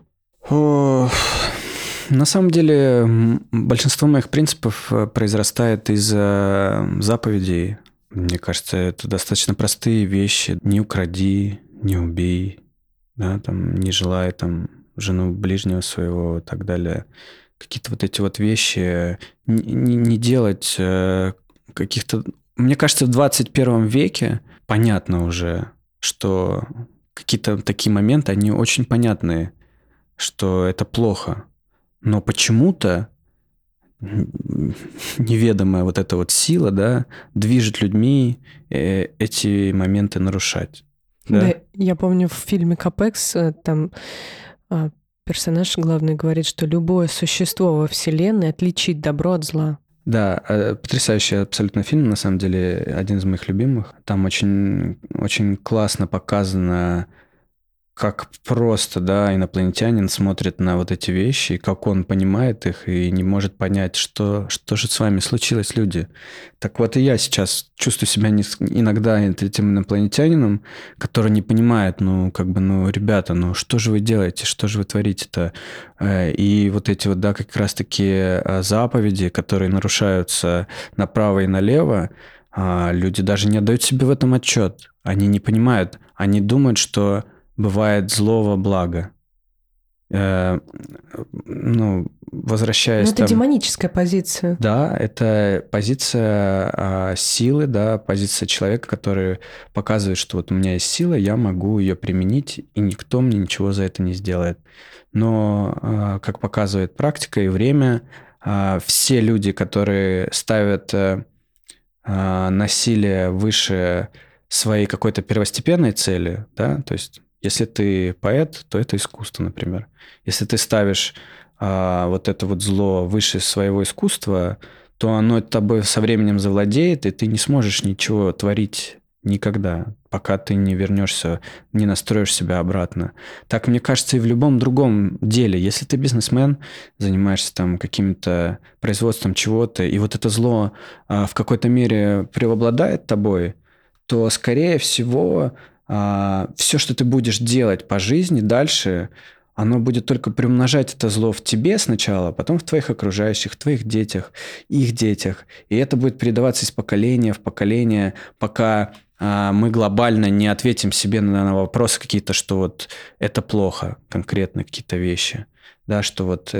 На самом деле, большинство моих принципов произрастает из заповедей. Мне кажется, это достаточно простые вещи. Не укради, не убей, да, там, не желай там, жену ближнего своего и так далее. Какие-то вот эти вот вещи. Не делать каких-то... Мне кажется, в 21 веке понятно уже, что какие-то такие моменты, они очень понятные, что это плохо. Но почему-то неведомая вот эта вот сила, да, движет людьми эти моменты нарушать. Да? Да, я помню в фильме «Капекс» там персонаж главный говорит, что любое существо во Вселенной отличит добро от зла. Да, потрясающий абсолютно фильм, на самом деле, один из моих любимых. Там очень, очень классно показано, как просто, да, инопланетянин смотрит на вот эти вещи, и как он понимает их и не может понять, что же с вами случилось, люди. Так вот и я сейчас чувствую себя иногда этим инопланетянином, который не понимает, ребята, что же вы делаете, что же вы творите-то? И вот эти вот, да, как раз-таки заповеди, которые нарушаются направо и налево, люди даже не отдают себе в этом отчет. Они не понимают, они думают, что бывает злого блага. Возвращаясь... Но это демоническая позиция. Да, это позиция силы, да, позиция человека, который показывает, что вот у меня есть сила, я могу ее применить, и никто мне ничего за это не сделает. Но, как показывает практика и время, все люди, которые ставят насилие выше своей какой-то первостепенной цели, да, то есть если ты поэт, то это искусство, например. Если ты ставишь вот это вот зло выше своего искусства, то оно тобой со временем завладеет, и ты не сможешь ничего творить никогда, пока ты не вернешься, не настроишь себя обратно. Так, мне кажется, и в любом другом деле. Если ты бизнесмен, занимаешься там каким-то производством чего-то, и вот это зло в какой-то мере преобладает тобой, то, скорее всего, все, что ты будешь делать по жизни дальше, оно будет только приумножать это зло в тебе сначала, а потом в твоих окружающих, в твоих детях, их детях. И это будет передаваться из поколения в поколение, пока мы глобально не ответим себе на вопросы какие-то, что вот это плохо, конкретно какие-то вещи. Да, что вот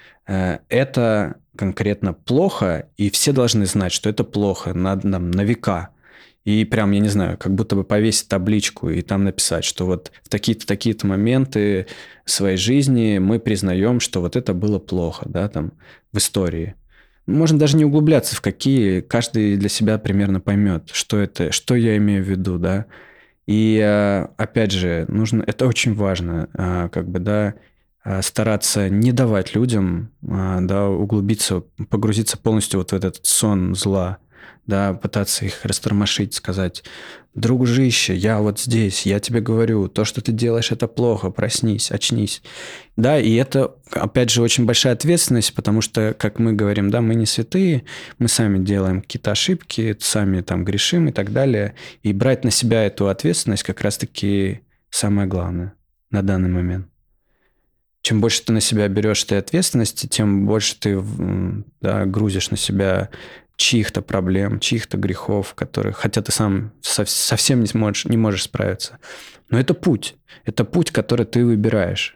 это конкретно плохо, и все должны знать, что это плохо на века. И прям, я не знаю, как будто бы повесить табличку и там написать, что вот в такие-то, такие-то моменты своей жизни мы признаем, что вот это было плохо, да, там, в истории. Можно даже не углубляться в какие, каждый для себя примерно поймет, что это, что я имею в виду, да. И, опять же, это очень важно, стараться не давать людям, да, углубиться, погрузиться полностью вот в этот сон зла, да, пытаться их растормошить, сказать: дружище, я вот здесь, я тебе говорю, то, что ты делаешь, это плохо, проснись, очнись. Да, и это, опять же, очень большая ответственность, потому что, как мы говорим, да, мы не святые, мы сами делаем какие-то ошибки, сами там грешим и так далее. И брать на себя эту ответственность как раз-таки самое главное на данный момент. Чем больше ты на себя берешь этой ответственности, тем больше ты, да, грузишь на себя чьих-то проблем, чьих-то грехов, которых, хотя ты сам совсем не можешь справиться. Но это путь, который ты выбираешь.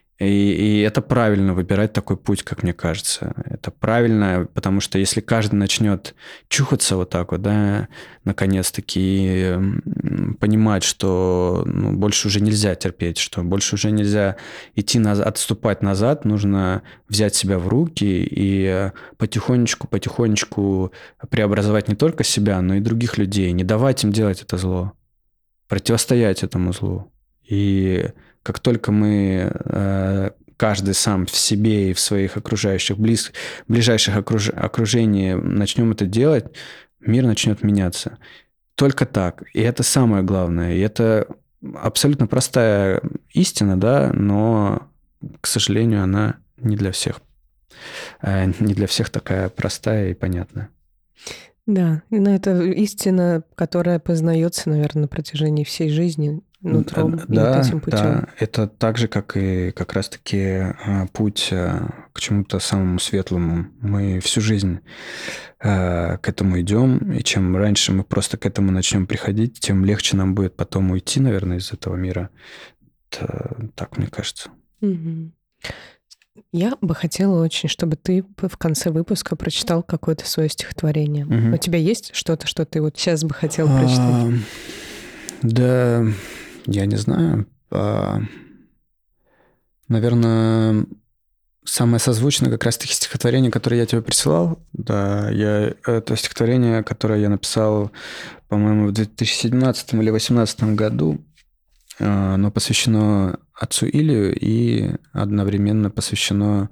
И это правильно выбирать такой путь, как мне кажется. Это правильно, потому что если каждый начнет чухаться вот так вот, да, наконец-таки понимать, что больше уже нельзя терпеть, что больше уже нельзя идти отступать назад, нужно взять себя в руки и потихонечку преобразовать не только себя, но и других людей, не давать им делать это зло, противостоять этому злу. И как только мы, каждый сам в себе и в своих окружающих, ближайших окружениях начнем это делать, мир начнет меняться. Только так. И это самое главное. И это абсолютно простая истина, да, но, к сожалению, она не для всех. Не для всех такая простая и понятная. Да, но это истина, которая познается, наверное, на протяжении всей жизни. Нутром, да, этим путем. Да, это так же, как и как раз-таки путь к чему-то самому светлому. Мы всю жизнь к этому идем, и чем раньше мы просто к этому начнем приходить, тем легче нам будет потом уйти, наверное, из этого мира. Это так, мне кажется. Угу. Я бы хотела очень, чтобы ты в конце выпуска прочитал какое-то свое стихотворение. У тебя есть что-то, что ты вот сейчас бы хотел прочитать? Да, я не знаю. Наверное, самое созвучное как раз-таки стихотворение, которое я тебе присылал. Да, это стихотворение, которое я написал, по-моему, в 2017 или 2018 году. Оно посвящено отцу Илию и одновременно посвящено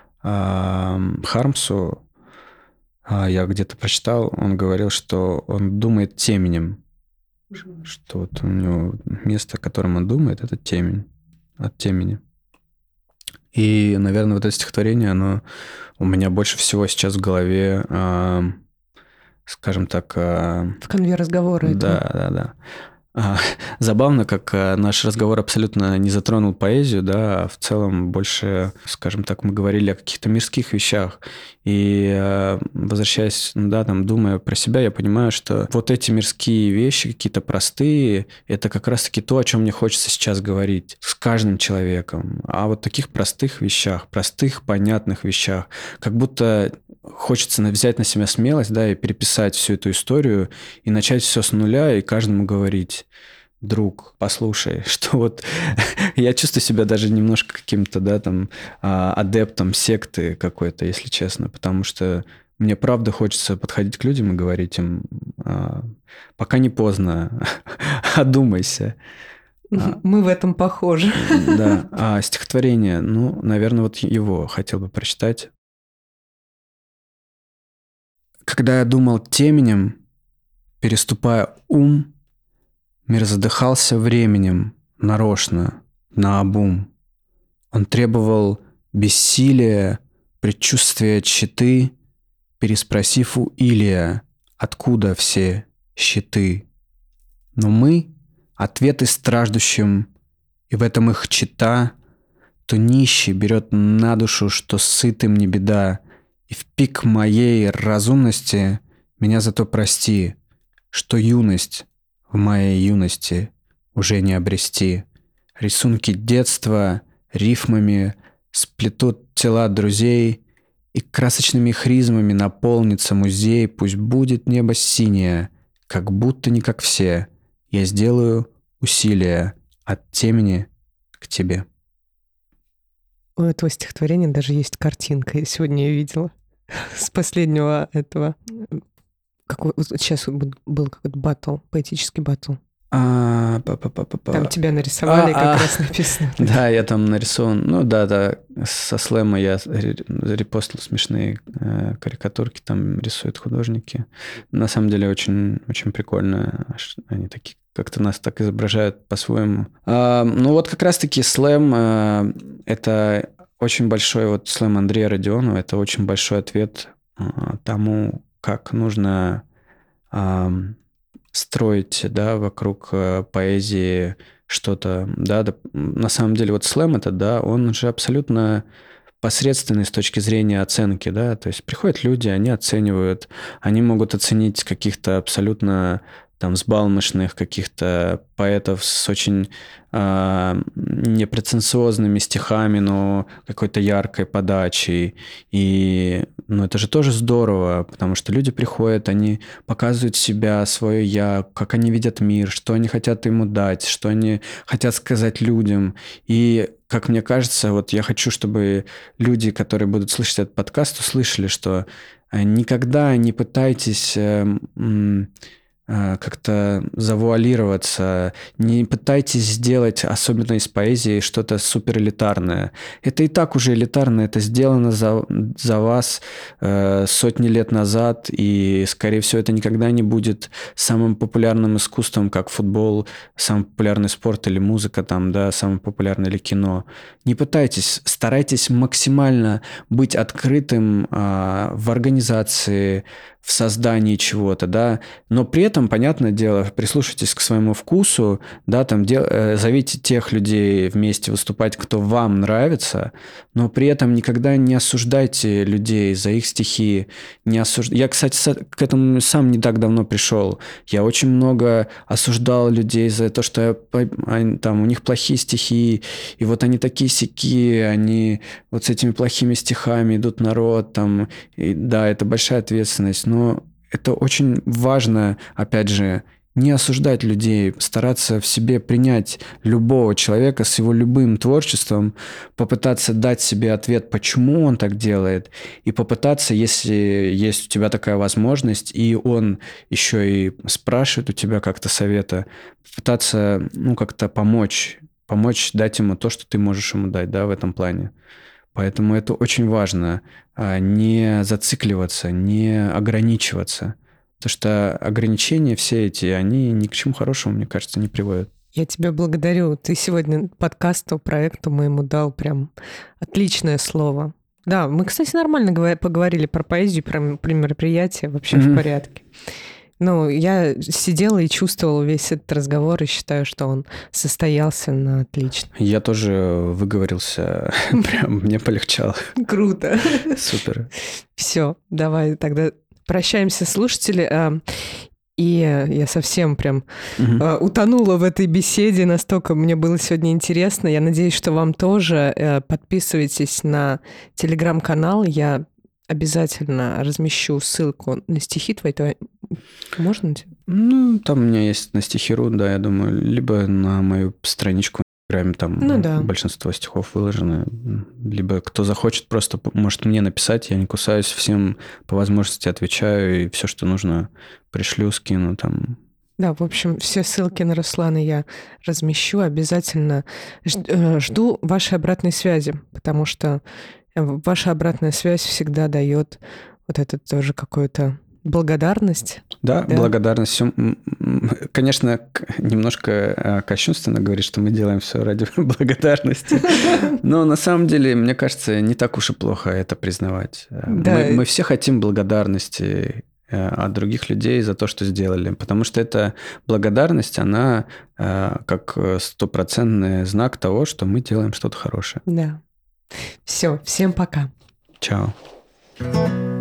Хармсу. Я где-то прочитал, он говорил, что он думает теменем, что вот у него место, о котором он думает, это темень, от темени. И, наверное, вот это стихотворение, оно у меня больше всего сейчас в голове, скажем так... В конве разговора этого. Да. Забавно, как наш разговор абсолютно не затронул поэзию, да, а в целом больше, скажем так, мы говорили о каких-то мирских вещах. И возвращаясь, да, там, думая про себя, я понимаю, что вот эти мирские вещи, какие-то простые, это как раз-таки то, о чем мне хочется сейчас говорить с каждым человеком. А вот таких простых вещах, простых, понятных вещах, как будто хочется взять на себя смелость, да, и переписать всю эту историю и начать все с нуля и каждому говорить: друг, послушай, что вот я чувствую себя даже немножко каким-то, да, там, адептом секты какой-то, если честно, потому что мне правда хочется подходить к людям и говорить им: пока не поздно, одумайся. Мы в этом похожи. Да, а стихотворение, ну, наверное, вот его хотел бы прочитать. Когда я думал теменем, переступая ум, мир задыхался временем, нарочно, наобум. Он требовал бессилия, предчувствия тщеты, переспросив у Илия, откуда все щиты. Но мы ответы страждущим, и в этом их чета, то нищий берет на душу, что сытым не беда, и в пик моей разумности меня зато прости, что юность в моей юности уже не обрести. Рисунки детства рифмами сплетут тела друзей, и красочными хризмами наполнится музей. Пусть будет небо синее, как будто не как все. Я сделаю усилия от темени к тебе. У этого стихотворения даже есть картинка, я сегодня ее видела. С последнего этого... Сейчас был какой-то батл, поэтический батл. Там тебя нарисовали, как раз написано. Да, я там нарисован. Ну да, со слэма я репостил смешные карикатурки, там рисуют художники. На самом деле очень, очень прикольно. Они такие как-то нас так изображают по-своему. Ну вот как раз-таки слэм — это очень большой, вот слэм Андрея Родионова, это очень большой ответ тому, как нужно строить, да, вокруг поэзии что-то, да, на самом деле вот слэм это, да, он же абсолютно посредственный с точки зрения оценки, да, то есть приходят люди, они оценивают, они могут оценить каких-то абсолютно там взбалмошных каких-то поэтов с очень непретенциозными стихами, но какой-то яркой подачей. И ну, это же тоже здорово, потому что люди приходят, они показывают себя, свое «я», как они видят мир, что они хотят ему дать, что они хотят сказать людям. И, как мне кажется, вот я хочу, чтобы люди, которые будут слышать этот подкаст, услышали, что никогда не пытайтесь как-то завуалироваться, не пытайтесь сделать, особенно из поэзии, что-то суперэлитарное. Это и так уже элитарно, это сделано за вас сотни лет назад, и, скорее всего, это никогда не будет самым популярным искусством, как футбол, самый популярный спорт или музыка, там, да, самый популярный или кино. Не пытайтесь, старайтесь максимально быть открытым в организации, в создании чего-то, да, но при этом, понятное дело, прислушайтесь к своему вкусу, да, там зовите тех людей вместе выступать, кто вам нравится, но при этом никогда не осуждайте людей за их стихи, Я, кстати, к этому сам не так давно пришел. Я очень много осуждал людей за то, что там у них плохие стихи, и вот они такие-сяки, они вот с этими плохими стихами идут в народ, там, и, да, это большая ответственность, но это очень важно, опять же, не осуждать людей, стараться в себе принять любого человека с его любым творчеством, попытаться дать себе ответ, почему он так делает, и попытаться, если есть у тебя такая возможность, и он еще и спрашивает у тебя как-то совета, попытаться, как-то помочь, дать ему то, что ты можешь ему дать, да, в этом плане. Поэтому это очень важно, не зацикливаться, не ограничиваться. Потому что ограничения все эти, они ни к чему хорошему, мне кажется, не приводят. Я тебя благодарю. Ты сегодня подкасту, проекту моему дал прям отличное слово. Да, мы, кстати, нормально поговорили про поэзию, про мероприятия, вообще в порядке. Ну, я сидела и чувствовала весь этот разговор и считаю, что он состоялся на отлично. Я тоже выговорился, прям мне полегчало. Круто. Супер. Все, давай тогда прощаемся, слушатели. И я совсем прям утонула в этой беседе, настолько мне было сегодня интересно. Я надеюсь, что вам тоже. Подписывайтесь на телеграм-канал. Я обязательно размещу ссылку на стихи твои. Можно? Там у меня есть на стихи.ру, да, я думаю, либо на мою страничку в Инстаграме, там большинство стихов выложено. Либо кто захочет, просто может мне написать, я не кусаюсь, всем по возможности отвечаю, и все, что нужно, пришлю, скину там. Да, в общем, все ссылки на Руслана я размещу. Обязательно жду вашей обратной связи, потому что ваша обратная связь всегда дает вот это тоже какую-то благодарность. Да, благодарность. Конечно, немножко кощунственно говорить, что мы делаем все ради благодарности. Но на самом деле, мне кажется, не так уж и плохо это признавать. Да. Мы все хотим благодарности от других людей за то, что сделали. Потому что эта благодарность, она как стопроцентный знак того, что мы делаем что-то хорошее. Да. Все, всем пока. Чао.